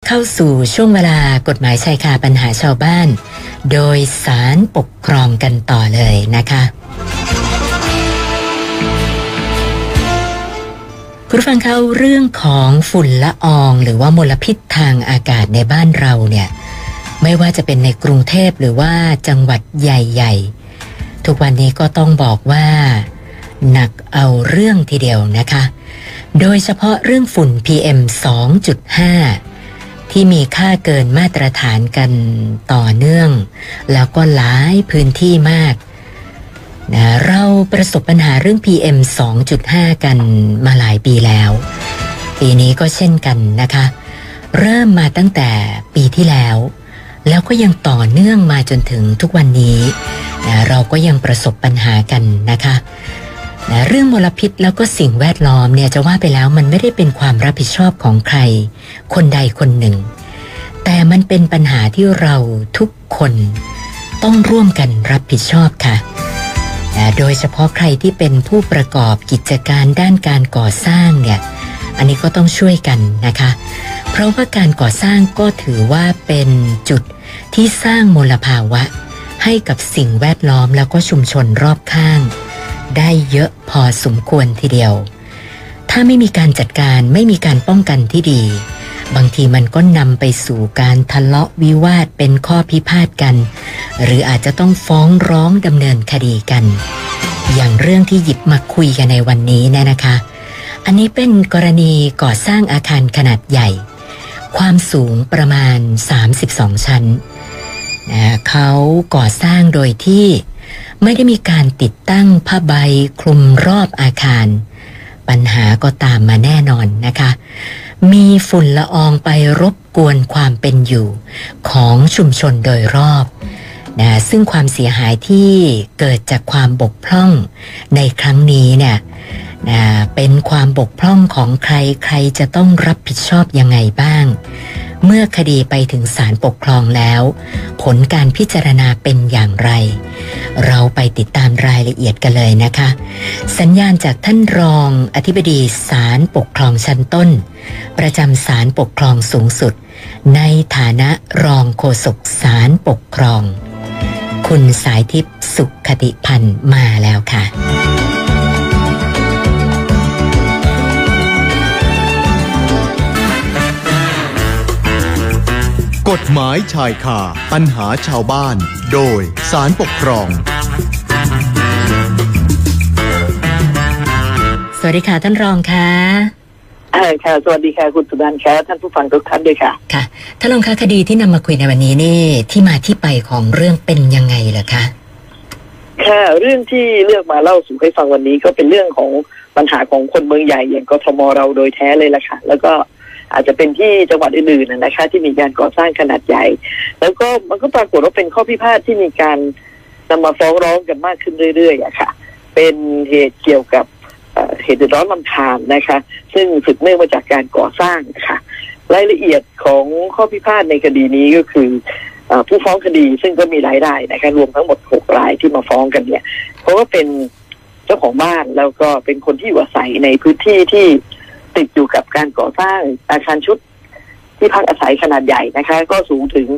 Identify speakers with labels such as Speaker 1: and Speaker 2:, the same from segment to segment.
Speaker 1: เข้าสู่ช่วงเวลากฎหมายชายคาปัญหาชาวบ้านโดยศาลปกครองกันต่อเลยนะคะคุณผู้ฟังเข้าเรื่องของฝุ่นละอองหรือว่ามลพิษทางอากาศในบ้านเราเนี่ยไม่ว่าจะเป็นในกรุงเทพหรือว่าจังหวัดใหญ่ๆทุกวันนี้ก็ต้องบอกว่าหนักเอาเรื่องทีเดียวนะคะโดยเฉพาะเรื่องฝุ่น PM 2.5 ที่มีค่าเกินมาตรฐานกันต่อเนื่องแล้วก็หลายพื้นที่มากนะเราประสบปัญหาเรื่อง PM 2.5 กันมาหลายปีแล้วปีนี้ก็เช่นกันนะคะเริ่มมาตั้งแต่ปีที่แล้วแล้วก็ยังต่อเนื่องมาจนถึงทุกวันนี้นะเราก็ยังประสบปัญหากันนะคะนะเรื่องมลพิษแล้วก็สิ่งแวดล้อมเนี่ยจะว่าไปแล้วมันไม่ได้เป็นความรับผิดชอบของใครคนใดคนหนึ่งแต่มันเป็นปัญหาที่เราทุกคนต้องร่วมกันรับผิดชอบค่ะนะโดยเฉพาะใครที่เป็นผู้ประกอบกิจการด้านการก่อสร้างเนี่ยอันนี้ก็ต้องช่วยกันนะคะเพราะว่าการก่อสร้างก็ถือว่าเป็นจุดที่สร้างมลภาวะให้กับสิ่งแวดล้อมแล้วก็ชุมชนรอบข้างได้เยอะพอสมควรทีเดียวถ้าไม่มีการจัดการไม่มีการป้องกันที่ดีบางทีมันก็นำไปสู่การทะเลาะวิวาทเป็นข้อพิพาทกันหรืออาจจะต้องฟ้องร้องดำเนินคดีกันอย่างเรื่องที่หยิบมาคุยกันในวันนี้นะคะอันนี้เป็นกรณีก่อสร้างอาคารขนาดใหญ่ความสูงประมาณ32ชั้นเขาก่อสร้างโดยที่ไม่ได้มีการติดตั้งผ้าใบคลุมรอบอาคารปัญหาก็ตามมาแน่นอนนะคะมีฝุ่นละอองไปรบกวนความเป็นอยู่ของชุมชนโดยรอบนะซึ่งความเสียหายที่เกิดจากความบกพร่องในครั้งนี้เนี่ยนะเป็นความบกพร่องของใครใครจะต้องรับผิดชอบยังไงบ้างเมื่อคดีไปถึงศาลปกครองแล้วผลการพิจารณาเป็นอย่างไรเราไปติดตามรายละเอียดกันเลยนะคะสัญญาณจากท่านรองอธิบดีศาลปกครองชั้นต้นประจำศาลปกครองสูงสุดในฐานะรองโฆษกศาลปกครองคุณสายทิพย์สุขคติพันธ์มาแล้วค่ะ
Speaker 2: กฎหมายชายคาปัญหาชาวบ้านโดยศาลปกครอง
Speaker 1: สวัสดีค่ะท่านรองค่ะ
Speaker 3: ค่ะสวัสดีค่ะคุณสุนันท์ค่ะท่านผู้ฟังทุกท่านด้วยค่ะ
Speaker 1: ค่ะท่านรองคะคดีที่นำมาคุยในวันนี้นี่ที่มาที่ไปของเรื่องเป็นยังไงเหรอคะ
Speaker 3: ค่ะเรื่องที่เลือกมาเล่าสู่ให้ฟังวันนี้ก็เป็นเรื่องของปัญหาของคนเมืองใหญ่อย่างกทมเราโดยแท้เลยล่ะค่ะแล้วก็อาจจะเป็นที่จังหวัดอื่นๆนะคะที่มีการก่อสร้างขนาดใหญ่แล้วก็มันก็ปรากฏว่าเป็นข้อพิพาทที่มีการนำมาฟ้องร้องกันมากขึ้นเรื่อยๆอะค่ะเป็นเหตุเกี่ยวกับเหตุเดือดร้อนรำคาญนะคะซึ่งสืบเนื่องมาจากการก่อสร้างนะคะรายละเอียดของข้อพิพาทในคดีนี้ก็คือผู้ฟ้องคดีซึ่งก็มีหลายรายนะคะรวมทั้งหมด6รายที่มาฟ้องกันเนี่ยเพราะว่าเป็นเจ้าของบ้านแล้วก็เป็นคนที่อยู่อาศัยในพื้นที่ที่ติดอยู่กับการก่อสร้างอาคารชุดที่พักอาศัยขนาดใหญ่นะคะก็สูงถึง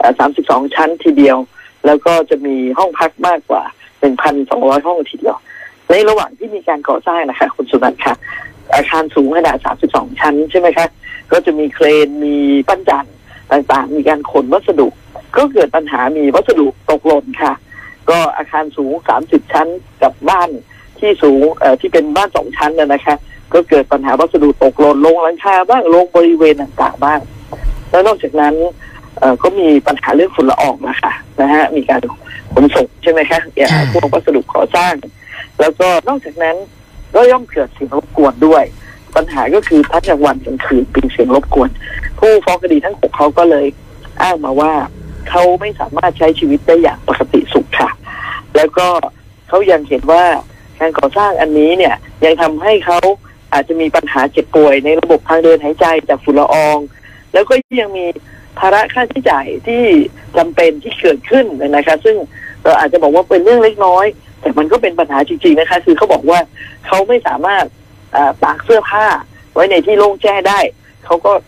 Speaker 3: 32ชั้นทีเดียวแล้วก็จะมีห้องพักมากกว่า 1,200 ห้องทีเดียวในระหว่างที่มีการก่อสร้างนะคะคุณสุนันท์ค่ะอาคารสูงขนาด32ชั้นใช่ไหมคะก็จะมีเครนมีปั้นจันต่างๆมีการขนวัสดุก็เกิดปัญหามีวัสดุตกหล่นค่ะก็อาคารสูง30ชั้นกับบ้านที่สูงที่เป็นบ้าน2ชั้นนะคะก็เกิดปัญหาวัสดุตกหล่นลงหลังคาบ้างลงบริเวณต่างๆบ้างแล้วนอกจากนั้นก็มีปัญหาเรื่องฝุ่นละอองนะฮะมีการขนส่งใช่ไหมคะพวกวัสดุก่อสร้างแล้วก็นอกจากนั้นก็ย่อมเกิดเสียงรบกวนด้วยปัญหาก็คือทั้งกลางวันกลางคืนเป็นเสียงรบกวนผู้ฟ้องคดีทั้ง6เขาก็เลยอ้างมาว่าเขาไม่สามารถใช้ชีวิตได้อย่างปกติสุขค่ะแล้วก็เขายังเห็นว่าการก่อสร้างอันนี้เนี่ยยังทำให้เขาอาจจะมีปัญหาเจ็บป่วยในระบบทางเดินหายใจจากฝุ่นละอองแล้วก็ยังมีภาระค่าใช้จ่ายที่จำเป็นที่เกิดขึ้นนะคะซึ่งเราอาจจะบอกว่าเป็นเรื่องเล็กน้อยแต่มันก็เป็นปัญหาจริงๆนะคะคือเขาบอกว่าเขาไม่สามารถตากเสื้อผ้าไว้ในที่โล่งแจ้งได้เขาก็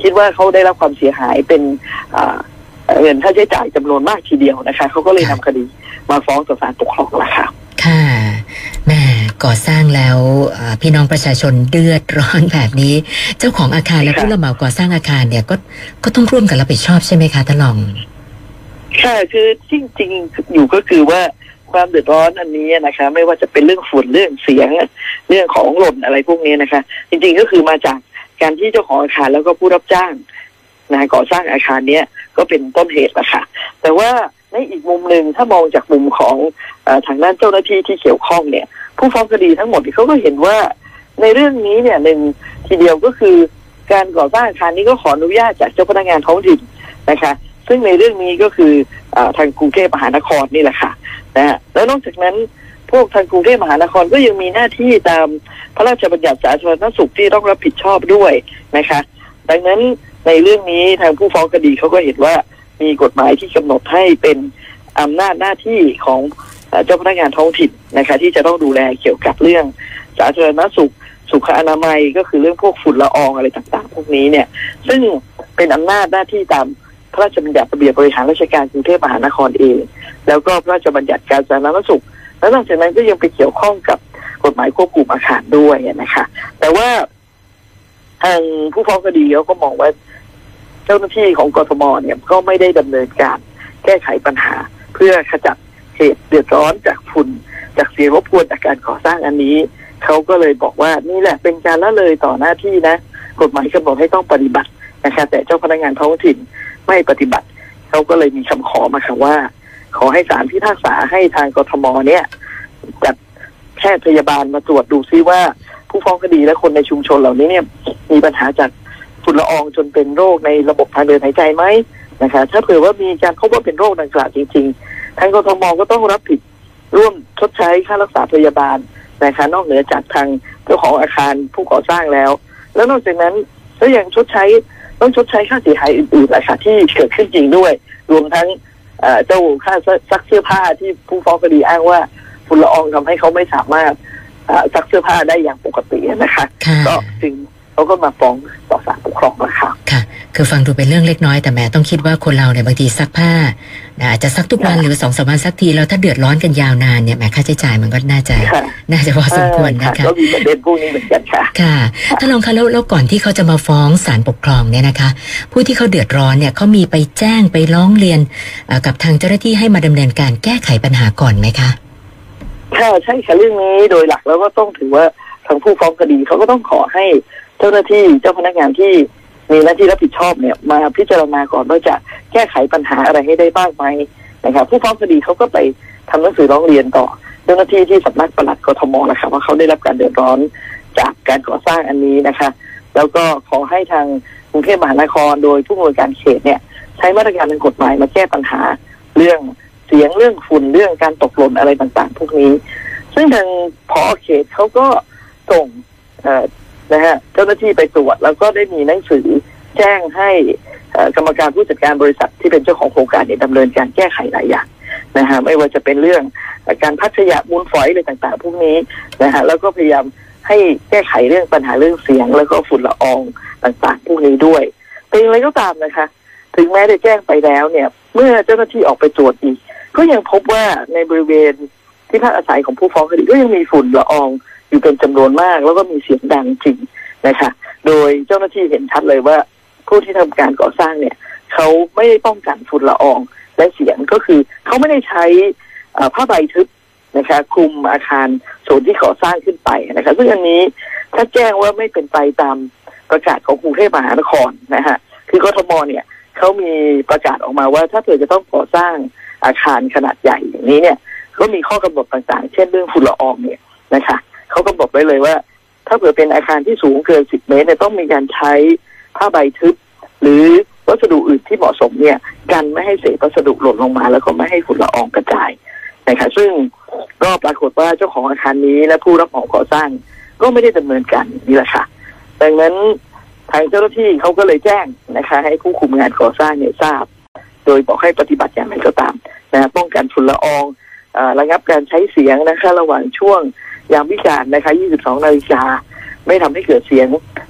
Speaker 3: คิดว่าเขาได้รับความเสียหายเป็นเงินค่าใช้จ่ายจำนวนมากทีเดียวนะคะเขาก็เลยนำคดีมาฟ้องต่อศาลปกครองแล้วค่ะ
Speaker 1: ค่ะแม่ก่อสร้างแล้วพี่น้องประชาชนเดือดร้อนแบบนี้เจ้าของอาคารและผู้รับเหมาก่อสร้างอาคารเนี่ยก็ต้องร่วมกันรับผิดชอบใช่ไหมคะท่านรอง
Speaker 3: ค่ะคือจริงๆอยู่ก็คือว่าความเดือดร้อนอันนี้นะคะไม่ว่าจะเป็นเรื่องฝุ่นเรื่องเสียงเรื่องของหล่นอะไรพวกนี้นะคะจริงๆก็คือมาจากการที่เจ้าของอาคารแล้วก็ผู้รับจ้างก่อสร้างอาคารเนี้ยก็เป็นต้นเหตุนะคะแต่ว่าในอีกมุมหนึ่งถ้ามองจากมุมของทางด้านเจ้าหน้าที่ที่เกี่ยวข้องเนี่ยผู้ฟ้องคดีทั้งหมดเขาก็เห็นว่าในเรื่องนี้เนี่ยหนึ่งทีเดียวก็คือการก่อสร้างอาคารนี้ก็ขออนุญาตจากเจ้าพนักงานท้องถิ่นนะคะซึ่งในเรื่องนี้ก็คือทางกรุงเทพมหานครนี่แหละค่ะนะแล้วนอกจากนั้นพวกทางกรุงเทพมหานครก็ยังมีหน้าที่ตามพระราชบัญญัติสาธารณสุขที่ต้องรับผิดชอบด้วยนะคะดังนั้นในเรื่องนี้ทางผู้ฟ้องคดีเขาก็เห็นว่ามีกฎหมายที่กำหนดให้เป็นอำนาจหน้าที่ของเจ้าพนักงานท้องถิ่นนะคะที่จะต้องดูแลเกี่ยวกับเรื่องสาธารณสุขสุขอนามัยก็คือเรื่องพวกฝุ่นละอองอะไรต่างๆพวกนี้เนี่ยซึ่งเป็นอำนาจหน้าที่ตามพระราชบัญญัติระเบียบบริหารราชการกรุงเทพมหานครเองแล้วก็พระราชบัญญัติการสาธารณสุขแล้วหลังจากนั้นก็ยังไปเกี่ยวข้องกับกฎหมายควบคุมอาคารด้วยนะคะแต่ว่าทางผู้ฟ้องคดีเขาก็มองว่าเจ้าหน้าที่ของกทมเนี่ยก็ไม่ได้ดำเนินการแก้ไขปัญหาเพื่อขจัดเหตุเดือดร้อนจากฝุ่นจากเสียงรบกวนจากการก่อสร้างอันนี้เขาก็เลยบอกว่านี่แหละเป็นการละเลยต่อหน้าที่นะกฎหมายกำหนดให้ต้องปฏิบัตินะคะแต่เจ้าพนักงานท้องถิ่นไม่ปฏิบัติเขาก็เลยมีคำขอมาค่ะว่าขอให้ศาลพิพากษาให้ทางกทมเนี่ยจัดแพทย์พยาบาลมาตรวจดูซิว่าผู้ฟ้องคดีและคนในชุมชนเหล่านี้เนี่ยมีปัญหาจากฝุ่นละอองจนเป็นโรคในระบบทางเดินหายใจไหมนะคะถ้าเผื่อว่ามีการพบว่าเป็นโรคดังกล่าวจริงๆทางกทมก็ต้องรับผิดร่วมชดใช้ค่ารักษาพยาบาลนะคะนอกเหนือจากทางเจ้าของอาคารผู้ก่อสร้างแล้วนอกจากนั้นก็ยังต้องชดใช้ค่าเสียหายอื่นๆนะคะที่เกิดขึ้นจริงด้วยรวมทั้งเจ้าค่าซักเสื้อผ้าที่ผู้ฟ้องคดีอ้างว่าฝุ่นละอองทำให้เขาไม่สามารถซักเสื้อผ้าได้อย่างปกตินะคะก็จึงเขาก็มาฟ้องต่อศาลปกครองนะคะ
Speaker 1: ค่ะคือฟังดูเป็นเรื่องเล็กน้อยแต่แม่ต้องคิดว่าคนเราเนี่ยบางทีซักผ้าอาจจะซักทุกวันหรือ2-3 วันซักทีแล้วถ้าเดือดร้อนกันยาวนานเนี่ยแม่ค่าใช้จ่ายมันก็น่าจะพอสมควรนะคะ
Speaker 3: ก็มีประเด็นพวกนี้เหมือนกันค่ะ
Speaker 1: ค่ะถ้าลองค่ะแล้วก่อนที่เขาจะมาฟ้องศาลปกครองเนี่ยนะคะผู้ที่เขาเดือดร้อนเนี่ยเขามีไปแจ้งไปร้องเรียนกับทางเจ้าหน้าที่ให้มาดำเนินการแก้ไขปัญหาก่อนไหมคะ
Speaker 3: ค่ะใช่ค่ะเรื่องนี้โดยหลักแล้วก็ต้องถือว่าทางผู้ฟ้องคดีเขาก็ต้องขอให้เจ้าหน้าที่เจ้าพนักงานที่มีหน้าที่รับผิดชอบเนี่ยมาพิจารณาก่อนว่าจะแก้ไขปัญหาอะไรให้ได้บ้างไหมนะครับผู้ฟ้องคดีเขาก็ไปทำหนังสือร้องเรียนต่อเจ้าหน้าที่ที่สำนักปลัดกทมนะคะว่าเขาได้รับการเดือดร้อนจากการก่อสร้างอันนี้นะคะแล้วก็ขอให้ทางกรุงเทพมหานครโดยผู้อำนวยการเขตเนี่ยใช้มาตรการทางกฎหมายมาแก้ปัญหาเรื่องเสียงเรื่องฝุ่นเรื่องการตกหล่นอะไรต่างๆพวกนี้ซึ่งทางผอ.เขตเขาก็ส่งนะฮะเจ้าหน้าที่ไปตรวจแล้วก็ได้มีหนังสือแจ้งให้กรรมการผู้จัดการบริษัทที่เป็นเจ้าของโครงการเนี่ยดำเนินการแก้ไขหลายอย่างนะฮะไม่ว่าจะเป็นเรื่องการพักขยะมูลฝอยอะไรต่างๆพวกนี้นะฮะแล้วก็พยายามให้แก้ไขเรื่องปัญหาเรื่องเสียงแล้วก็ฝุ่นละอองต่างๆพวกนี้ด้วยแต่อย่างไรก็ตามนะคะถึงแม้ได้แจ้งไปแล้วเนี่ยเมื่อเจ้าหน้าที่ออกไปตรวจอีกก็ยังพบว่าในบริเวณที่พักอาศัยของผู้ฟ้องคดีก็ยังมีฝุ่นละอองอยู่เป็นจำนวนมากแล้วก็มีเสียงดังจริงนะคะโดยเจ้าหน้าที่เห็นชัดเลยว่าผู้ที่ทำการก่อสร้างเนี่ยเขาไม่ได้ป้องกันฝุ่นละอองและเสียงก็คือเขาไม่ได้ใช้ผ้าใบทึบนะคะคลุมอาคารส่วนที่ก่อสร้างขึ้นไปนะคะซึ่งอันนี้ถ้าแจ้งว่าไม่เป็นไปตามประกาศของกรุงเทพมหานครนะฮะคือกทมเนี่ยเขามีประกาศออกมาว่าถ้าเกิดจะต้องก่อสร้างอาคารขนาดใหญ่อย่างนี้เนี่ยก็มีข้อกำหนดต่างๆเช่นเรื่องฝุ่นละอองเนี่ยนะคะเขากำหนดไว้เลยว่าถ้าเผื่อเป็นอาคารที่สูงเกิน10 เมตรเนี่ยต้องมีการใช้ผ้าใบทึบหรือวัสดุอื่นที่เหมาะสมเนี่ยกันไม่ให้เศษวัสดุหล่นลงมาแล้วก็ไม่ให้ฝุ่นละอองกระจายนะคะซึ่งก็ปรากฏว่าเจ้าของอาคารนี้และผู้รับเหมาก่อสร้างก็ไม่ได้ดำเนินการนี่แหละค่ะดังนั้นทางเจ้าหน้าที่เขาก็เลยแจ้งนะคะให้ผู้คุมงานก่อสร้างเนี่ยทราบโดยบอกให้ปฏิบัติอย่างไรก็ตามนะป้องกันฝุ่นละอองระงับการใช้เสียงนะคะระหว่างช่วงยามวิกาลนะคะ 22 นาฬิกาไม่ทำให้เกิดเสียง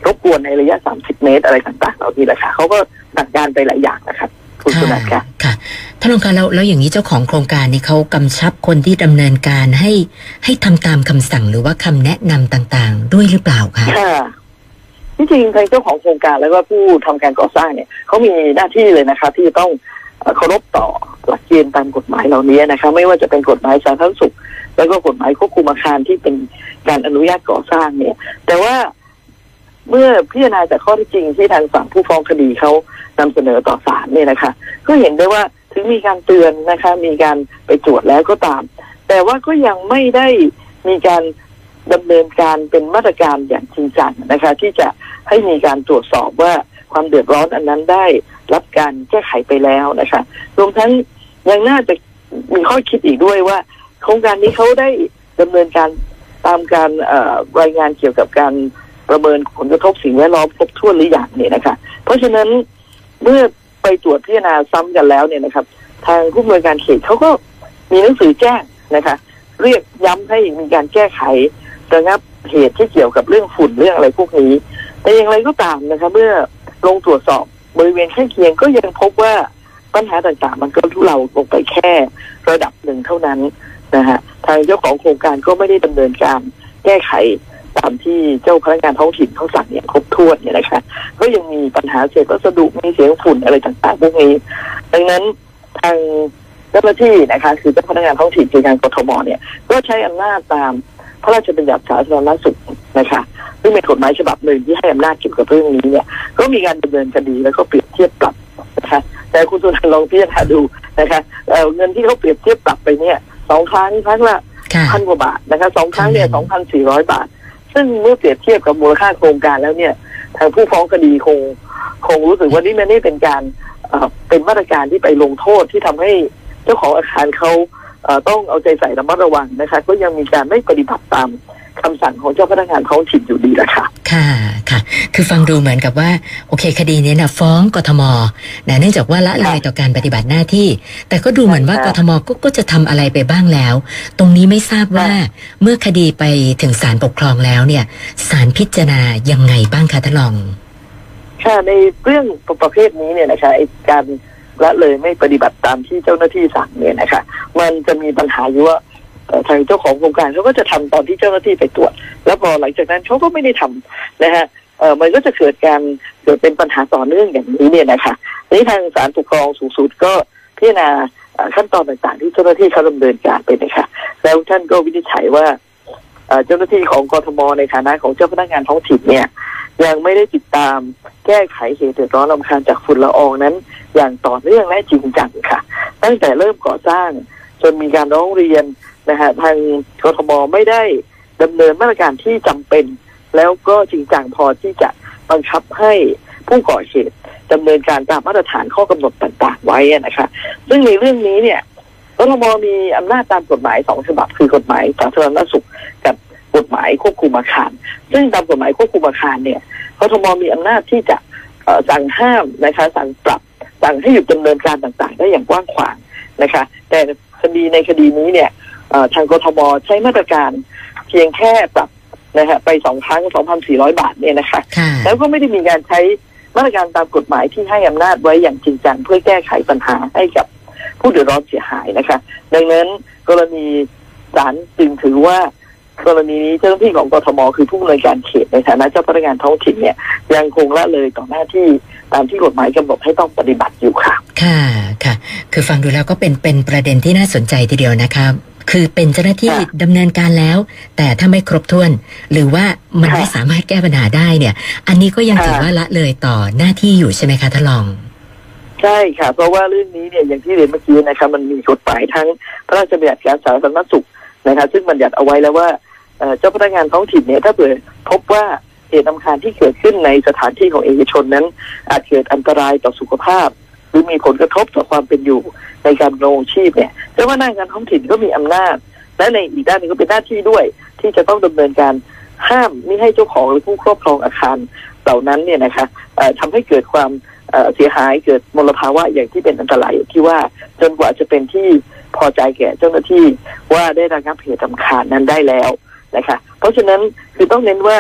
Speaker 3: รบกวนในระยะ30 เมตรอะไรต่างๆเหล่านี้แหละค่ะเขาก็สั่งการไปหลายอย่างนะครับคุณสุนันท์ค่ะ
Speaker 1: ค่ะท่านรองคะแล้วอย่างนี้เจ้าของโครงการนี่เขากำชับคนที่ดำเนินการให้ทำตามคำสั่งหรือว่าคำแนะนำต่างๆด้วยหรือเปล่าคะ
Speaker 3: ค่ะที่จริงทางเจ้าของโครงการแล้วก็ผู้ทำการก่อสร้างเนี่ยเขามีหน้าที่เลยนะคะที่จะต้องเคารพต่อหลักเกณฑ์ตามกฎหมายเหล่านี้นะคะไม่ว่าจะเป็นกฎหมายสาธารณสุขแล้วก็กฎหมายควบคุมอาคารที่เป็นการอนุญาตก่อสร้างเนี่ยแต่ว่าเมื่อพิจารณาจากข้อเท็จจริงที่ทางฝั่งผู้ฟ้องคดีเขานำเสนอต่อศาลเนี่ยนะคะก็เห็นได้ว่าถึงมีการเตือนนะคะมีการไปตรวจแล้วก็ตามแต่ว่าก็ยังไม่ได้มีการดำเนินการเป็นมาตรการอย่างจริงจังนะคะที่จะให้มีการตรวจสอบว่าความเดือดร้อนอันนั้นได้รับการแก้ไขไปแล้วนะคะรวมทั้งยังน่าจะมีข้อคิดอีกด้วยว่าโครงการนี้เขาได้ดำเนินการตามการรายงานเกี่ยวกับการประเมินผลกระทบสิ่งแวดล้อมครบถ้วนหรือยังเนี่ยนะคะเพราะฉะนั้นเมื่อไปตรวจพิจารณาซ้ำกันแล้วเนี่ยนะครับทางผู้อำนวยการเขตเขาก็มีหนังสือแจ้งนะคะเรียกย้ำให้มีการแก้ไขระงับเหตุที่เกี่ยวกับเรื่องฝุ่นเรื่องอะไรพวกนี้แต่อย่างไรก็ตามนะคะเมื่อลงตรวจสอบบริเวณใกล้เคียงก็ยังพบว่าปัญหาต่างๆมันก็ทุเลาลงไปแค่ระดับหนึ่งเท่านั้นนะฮะทางเจ้าของโครงการก็ไม่ได้ดำเนินการแก้ไขตามที่เจ้าพนักงานท้องถิ่นเขาสั่งอย่างครบถ้วนเนี่ยนะคะก็ยังมีปัญหาเศษวัสดุมีเสียงฝุ่นอะไรต่างๆพวกนี้ดังนั้นทางเจ้าหน้าที่นะคะคือเจ้าพนักงานท้องถิ่นคือทางกทมเนี่ยก็ใช้อำนาจตามพระราชบัญญัติสาธารณสุขนะคะซึ่งเป็นกฎหมายฉบับหนึ่งที่ให้อำนาจเกี่ยวกับเรื่องนี้เนี่ยก็มีการดำเนินคดีแล้วก็เปรียบเทียบปรับนะคะแต่คุณสุนันท์ลองพิจารณาดูนะคะเงินที่เขาเปรียบเทียบปรับไปเนี่ย2 ครั้งละ1,000 กว่าบาทนะคะ2 ครั้งเนี่ย 2,400 บาทซึ่งเมื่อเปรียบเทียบกับมูลค่าโครงการแล้วเนี่ยทางผู้ฟ้องคดีคงรู้สึกว่านี่มันไม่เป็นการเป็นมาตรการที่ไปลงโทษที่ทำให้เจ้าของอาคารเขาต้องเอาใจใส่ระมัดระวังนะคะก็ยังมีการไม่ปฏิบัติตามคำสั่งของเจ้าพนักงานท้องถิ่นอยู่ดีแหละค่ะ
Speaker 1: ค่ะคือฟังดูเหมือนกับว่าโอเคคดีนี้นะฟ้องกทมนะเนื่องจากว่าละเลยต่อการปฏิบัติหน้าที่แต่ก็ดูเหมือนว่ากทมก็จะทำอะไรไปบ้างแล้วตรงนี้ไม่ทราบว่าเมื่อคดีไปถึงศาลปกครองแล้วเนี่ยศาลพิจารณายังไงบ้างคะท่านรอง
Speaker 3: ค่ะในเรื่องประเภทนี้เนี่ยนะคะการละเลยไม่ปฏิบัติตามที่เจ้าหน้าที่สั่งเนี่ยนะคะมันจะมีปัญหาอยู่ว่าทางเจ้าของโครงการเขาก็จะทำตอนที่เจ้าหน้าที่ไปตรวจแล้วพอหลังจากนั้นเขาก็ไม่ได้ทำนะฮะมันก็จะเกิดเป็นปัญหาต่อเนื่องอย่างนี้เนี่ยนะคะนี้ทางศาลปกครองสูงสุดก็พิจารณาขั้นตอนต่างๆที่เจ้าหน้าที่เขาดำเนินการไปนะคะแล้วท่านก็วินิจฉัยว่าเจ้าหน้าที่ของกทมในฐานะของเจ้าพนักงานท้องถิ่นเนี่ยยังไม่ได้ติดตามแก้ไขเหตุเดือดร้อนรำคาญจากฝุ่นละอองนั้นอย่างต่อเนื่องและจริงจังค่ะตั้งแต่เริ่มก่อสร้างจนมีการร้องเรียนนะฮะทางกทมไม่ได้ดำเนินมาตรการที่จำเป็นแล้วก็จริงจังพอที่จะบังคับให้ผู้ก่อเหตุดำเนินการตามมาตรฐานข้อกำหนดต่างๆไว้นะคะซึ่งในเรื่องนี้เนี่ยกทมมีอำนาจตามกฎหมาย2 ฉบับคือกฎหมายสาธารณสุขกับกฎหมายควบคุมอาคารซึ่งตามกฎหมายควบคุมอาคารเนี่ยกทมมีอำนาจที่จะสั่งห้ามนะคะสั่งปรับสั่งให้หยุดดำเนินการต่างๆได้อย่างกว้างขวางนะคะแต่ในคดีนี้เนี่ยทางกทมใช้มาตรการเพียงแค่ปรับนะฮะไป2 ครั้ง 2,400 บาทเนี่ยนะคะแล้วก็ไม่ได้มีการใช้มาตรการตามกฎหมายที่ให้อำนาจไว้อย่างจริงจังเพื่อแก้ไขปัญหาให้กับผู้เดือดร้อนเสียหายนะคะดังนั้นกรณีศาลจึงถือว่ากรณีนี้เจ้าหน้าที่ของกทมคือผู้อำนวยการเขตในฐานะเจ้าพนักงานท้องถิ่นเนี่ยยังคงละเลยต่อหน้าที่ตามที่กฎหมายกำหนดให้ต้องปฏิบัติอยู่ค่ะ
Speaker 1: ค่ะคือฟังดูแล้วก็เป็นประเด็นที่น่าสนใจทีเดียวนะคะคือเป็นเจ้าหน้าที่ดำเนินการแล้วแต่ถ้าไม่ครบถ้วนหรือว่ามันไม่สามารถแก้ปัญหาได้เนี่ยอันนี้ก็ยังถือว่าละเลยต่อหน้าที่อยู่ใช่ไหมคะท่านรอง
Speaker 3: ใช่ค่ะเพราะว่าเรื่องนี้เนี่ยอย่างที่เรียนเมื่อกี้นะคะมันมีกฎหมายทั้งพระราชบัญญัติการสาธารณสุขนะคะซึ่งบัญญัติเอาไว้แล้วว่าเจ้าพนักงานท้องถิ่นเนี่ยถ้าเกิดพบว่าเหตุรำคาญที่เกิดขึ้นในสถานที่ของเอกชนนั้นอาจเกิดอันตรายต่อสุขภาพหรือมีผลกระทบต่อความเป็นอยู่ในการดำรงชีพเนี่ยเจ้าพนักงานท้องถิ่นก็มีอำนาจและในอีกด้านนึงก็เป็นหน้าที่ด้วยที่จะต้องดำเนินการห้ามไม่ให้เจ้าของหรือผู้ครอบครองอาคารเหล่านั้นเนี่ยนะคะทำให้เกิดความเสียหายเกิดมลภาวะอย่างที่เป็นอันตรายที่ว่าจนกว่าจะเป็นที่พอใจแก่เจ้าหน้าที่ว่าได้ระงับเหตุรำคาญนั้นได้แล้วนะคะเพราะฉะนั้นคือต้องเน้นว่า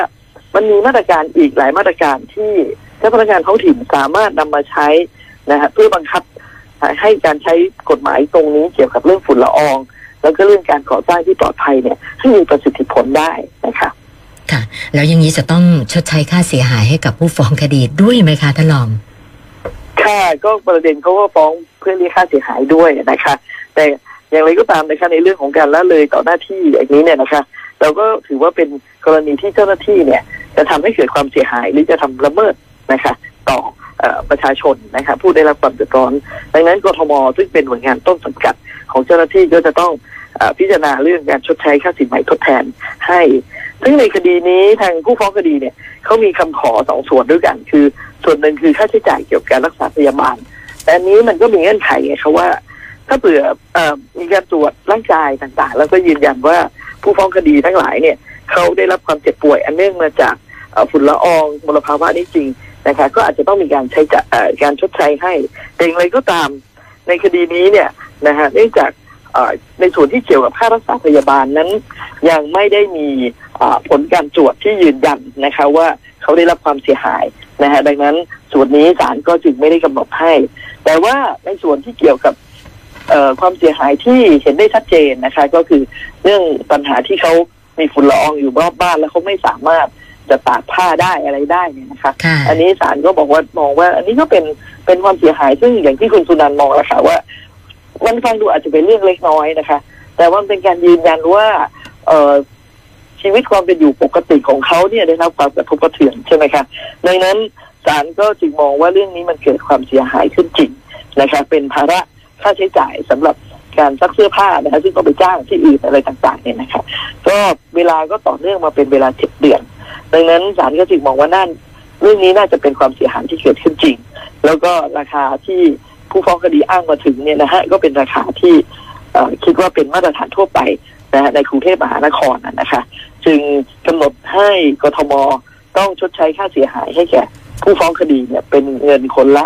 Speaker 3: มันมีมาตรการอีกหลายมาตรการที่เจ้าพนักงานท้องถิ่นสามารถนำมาใช้นะฮะเพื่อบังคับให้การใช้กฎหมายตรงนี้เกี่ยวกับเรื่องฝุ่นละอองแล้วก็เรื่องการก่อสร้างที่ปลอดภัยเนี่ยให้มีประสิทธิผลได้นะคะ
Speaker 1: ค่ะแล้วอย่างนี้จะต้องชดใช้ค่าเสียหายให้กับผู้ฟ้องคดีด้วยไหมคะท่านรอง
Speaker 3: ค่ะก็ประเด็นเขาก็ฟ้องเพื่อเรียกค่าเสียหายด้วยนะคะแต่อย่างไรก็ตามนะคะในเรื่องของการละเลยต่อหน้าที่อย่างนี้เนี่ยนะคะเราก็ถือว่าเป็นกรณีที่เจ้าหน้าที่เนี่ยจะทำให้เกิดความเสียหายหรือจะทำละเมิดนะคะต่อประชาชนนะคะผู้ได้รับความเดือดร้อนดังนั้นกทมซึ่งเป็นหน่วยงานต้นสังกัดของเจ้าหน้าที่ก็จะต้องพิจารณาเรื่องการชดใช้ค่าสินไหมทดแทนให้ซึ่งในคดีนี้ทางผู้ฟ้องคดีเนี่ยเขามีคำขอสองส่วนด้วยกันคือส่วนหนึ่งคือค่าใช้จ่ายเกี่ยวกับการรักษาพยาบาลแต่อันนี้มันก็มีเงื่อนไขไงครับว่าถ้าเผื่อมีการตรวจร่างกายต่างๆแล้วก็ยืนยันว่าผู้ฟ้องคดีทั้งหลายเนี่ยเขาได้รับความเจ็บป่วยอันเนื่องมาจากฝุ่นละอองมลภาวะนี้จริงนะคะก็อาจจะต้องมีการใช้การชดใช้ให้แต่อย่างไรก็ตามในคดีนี้เนี่ยนะฮะเนื่องจากในส่วนที่เกี่ยวกับค่ารักษาพยาบาลนั้นยังไม่ได้มีผลการตรวจที่ยืนยันนะคะว่าเขาได้รับความเสียหายนะฮะดังนั้นส่วนนี้ศาลก็จึงไม่ได้กำหนดให้แต่ว่าในส่วนที่เกี่ยวกับความเสียหายที่เห็นได้ชัดเจนนะคะก็คือเรื่องปัญหาที่เขามีฝุ่นละอองอยู่รอบบ้านแล้วเขาไม่สามารถจะตากผ้าได้อะไรได้เนี่ยนะคะอันนี้ศาลก็บอกว่ามองว่าอันนี้ก็เป็นความเสียหายซึ่งอย่างที่คุณสุนันท์มองแล้วค่ะว่ามันฟังดูอาจจะเป็นเรื่องเล็กน้อยนะคะแต่ว่าเป็นการยืนยันว่าชีวิตความเป็นอยู่ปกติของเขาเนี่ยได้รับความกระทบกระเทือนใช่ไหมคะดังนั้นศาลก็จึงมองว่าเรื่องนี้มันเกิดความเสียหายขึ้นจริงนะคะเป็นภาระค่าใช้จ่ายสำหรับการซักเสื้อผ้านะคะซึ่งก็ไปจ้างที่อื่นอะไรต่างๆเนี่ยนะคะก็เวลาก็ต่อเนื่องมาเป็นเวลา7 เดือนดังนั้นศาลก็จึงมองว่าเรื่องนี้น่าจะเป็นความเสียหายที่เกิดขึ้นจริงแล้วก็ราคาที่ผู้ฟ้องคดีอ้างมาถึงเนี่ยนะฮะก็เป็นราคาที่คิดว่าเป็นมาตรฐานทั่วไปนะฮะในกรุงเทพมหานครนะคะจึงกำหนดให้กทมต้องชดใช้ค่าเสียหายให้แก่ผู้ฟ้องคดีเนี่ยเป็นเงินคนละ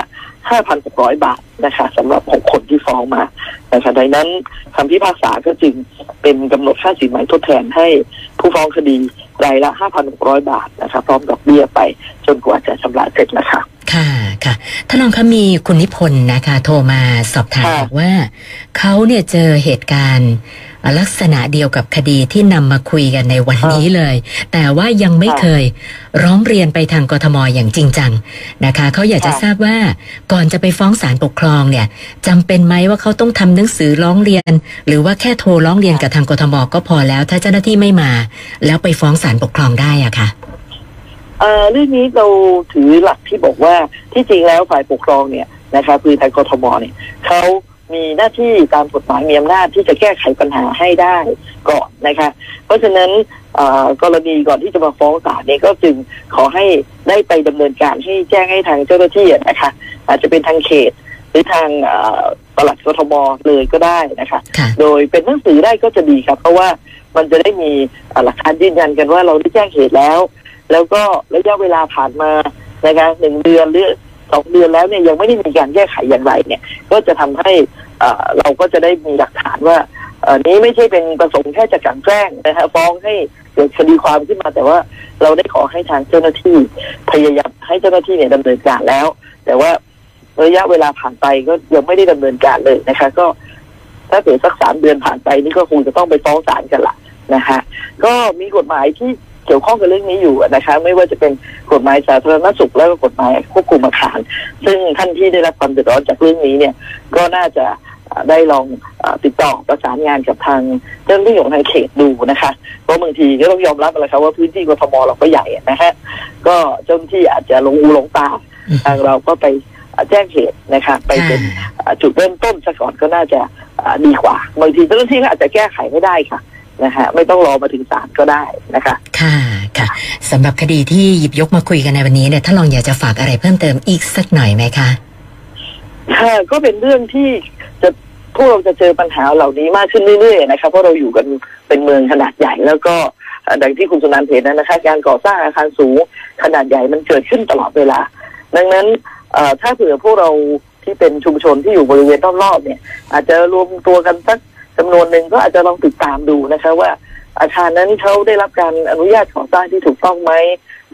Speaker 3: 5,600 บาทนะคะสำหรับ6 คนที่ฟ้องมานะคะดังนั้นคำพิพากษาก็จึงเป็นกำหนดค่าสินไหมทดแทนให้ผู้ฟ้องคดีรายละ 5,600 บาทนะคะพร้อมดอกเบี้ยไปจนกว่าจะชำระเสร็จนะคะ
Speaker 1: ค่ะค่ะท่านรองคะมีคุณนิพนธ์นะคะโทรมาสอบถามบอกว่าเขาเนี่ยเจอเหตุการณ์ลักษณะเดียวกับคดีที่นำมาคุยกันในวันนี้เลยแต่ว่ายังไม่เคยร้องเรียนไปทางกทม.อย่างจริงจังนะคะเขาอยากจะทราบว่าก่อนจะไปฟ้องศาลปกครองเนี่ยจำเป็นไหมว่าเขาต้องทำหนังสือร้องเรียนหรือว่าแค่โทรร้องเรียนกับทางกทม.ก็พอแล้วถ้าเจ้าหน้าที่ไม่มาแล้วไปฟ้องศาลปกครองได้อะค่ะ
Speaker 3: เรื่องนี้เราถือหลักที่บอกว่าที่จริงแล้วฝ่ายปกครองเนี่ยนะคะคือทางกทม.เนี่ยเขามีหน้าที่ตามกฎหมายมีอำนาจที่จะแก้ไขปัญหาให้ได้ก่อนนะคะเพราะฉะนั้นกรณีก่อนที่จะมาฟ้องศาลเนี่ยก็จึงขอให้ได้ไปดำเนินการให้แจ้งให้ทางเจ้าหน้าที่นะคะอาจจะเป็นทางเขตหรือทางปลัดกทม.เลยก็ได้นะคะโดยเป็นหนังสือได้ก็จะดีครับเพราะว่ามันจะได้มีหลักฐานยืนยันกันว่าเราได้แจ้งเหตุแล้วก็ระยะเวลาผ่านมานะคะ1 เดือนหรือ2 เดือนแล้วเนี่ยยังไม่ได้มีการแก้ไขอย่างไรเนี่ยก็จะทำให้เราก็จะได้มีหลักฐานว่านี้ไม่ใช่เป็นประสงค์แค่จะกลั่นแกล้งนะคะฟ้องให้เกิดคดีความขึ้นมาแต่ว่าเราได้ขอให้ทางเจ้าหน้าที่พยายามให้เจ้าหน้าที่เนี่ยดำเนินการแล้วแต่ว่าระยะเวลาผ่านไปก็ยังไม่ได้ดำเนินการเลยนะคะก็ถ้าเกิดสัก3 เดือนผ่านไปนี่ก็คงจะต้องไปฟ้องศาลกันละนะคะก็มีกฎหมายที่เกี่ยวข้องกับเรื่องนี้อยู่นะคะไม่ว่าจะเป็นกฎหมายสาธารณสุขแล้วก็กฎหมายควบคุมอาคารซึ่งท่านที่ได้รับความเดือดร้อนจากเรื่องนี้เนี่ยก็น่าจะได้ลองติดต่อประสานงานกับทางเจ้าหน้าที่ของทางเขตดูนะคะเพราะบางทีก็ต้องยอมรับเลยครับว่าพื้นที่กทม.เราก็ใหญ่นะฮะก็เจ้าหน้าที่อาจจะหลงหูหลงตาทางเราก็ไปแจ้งเหตุนะคะไปเป็นจุดเริ่มต้นซะก่อนก็น่าจะดีกว่าบางทีเจ้าหน้าที่ก็อาจจะแก้ไขไม่ได้ค่ะนะคะไม่ต้องรอมาถึงศาลก็ได้นะคะ
Speaker 1: ค่ะค่ะสำหรับคดีที่หยิบยกมาคุยกันในวันนี้เนี่ยถ้าลองอยากจะฝากอะไรเพิ่มเติมอีกสักหน่อยไหมคะ
Speaker 3: ค่ะก็เป็นเรื่องที่พวกเราจะเจอปัญหาเหล่านี้มากขึ้นเรื่อยๆนะคะเพราะเราอยู่กันเป็นเมืองขนาดใหญ่แล้วก็ดังที่คุณสุนันท์เห็นนะคะการก่อสร้างอาคารสูงขนาดใหญ่มันเกิดขึ้นตลอดเวลาดังนั้นถ้าเผื่อพวกเราที่เป็นชุมชนที่อยู่บริเวณรอบๆเนี่ยอาจจะรวมตัวกันสักจำนวนหนึ่งก็อาจจะลองติดตามดูนะคะว่าอาคารนั้นเขาได้รับการอนุญาตก่อสร้างที่ถูกต้องไหม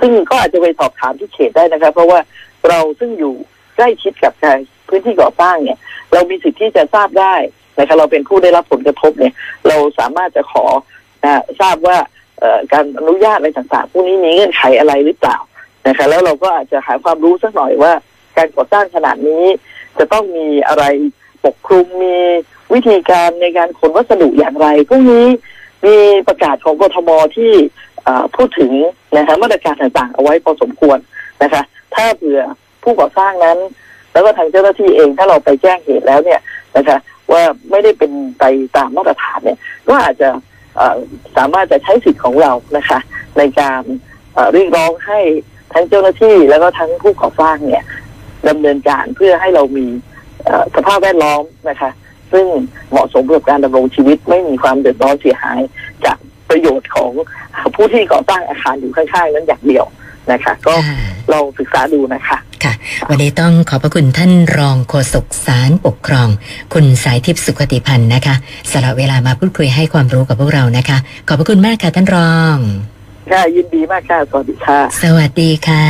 Speaker 3: ซึ่งก็อาจจะไปสอบถามที่เขตได้นะครับเพราะว่าเราซึ่งอยู่ใกล้ชิดกับการพื้นที่ก่อสร้างเนี่ยเรามีสิทธิ์ที่จะทราบได้นะคะเราเป็นผู้ได้รับผลกระทบเนี่ยเราสามารถจะขอทราบว่าการอนุญาตอะไรต่างๆพวกนี้มีเงื่อนไขอะไรหรือเปล่านะคะแล้วเราก็อาจจะหาความรู้สักหน่อยว่าการก่อสร้างขนาดนี้จะต้องมีอะไรปกคลุมมีวิธีการในการขนวัสดุอย่างไรพวกนี้มีประกาศของกทมที่พูดถึงนะคะมาตรการต่างๆเอาไว้พอสมควรนะคะถ้าเผื่อผู้ก่อสร้างนั้นแล้วก็ทางเจ้าหน้าที่เองถ้าเราไปแจ้งเหตุแล้วเนี่ยนะคะว่าไม่ได้เป็นไปตามมาตรฐานเนี่ยก็อาจจะสามารถจะใช้สิทธิ์ของเรานะคะในการเรียกร้องให้ทั้งเจ้าหน้าที่แล้วก็ทั้งผู้ก่อสร้างเนี่ยดำเนินการเพื่อให้เรามีสภาพแวดล้อมนะคะซึ่งเหมาะสมกับการดำรงชีวิตไม่มีความเดือดร้อนเสียหายจากประโยชน์ของผู้ที่ก่อสร้างอาคารอยู่ข้างๆนั้นอย่างเดียวนะคะก็ลองศึกษาดูนะคะ
Speaker 1: ค่ะวันนี้ต้องขอบพระคุณท่านรองโฆษกศาลปกครองคุณสายทิพย์สุขติพันธ์นะคะสละเวลามาพูดคุยให้ความรู้กับพวกเรานะคะขอบพระคุณมากค่ะท่านรอง
Speaker 3: ค่ะยินดีมากค่ะสวัสดีค่ะ
Speaker 1: สวัสดีค่ะ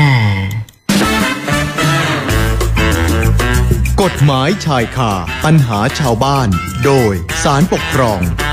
Speaker 2: กฎหมายชายคาปัญหาชาวบ้านโดยศาลปกครอง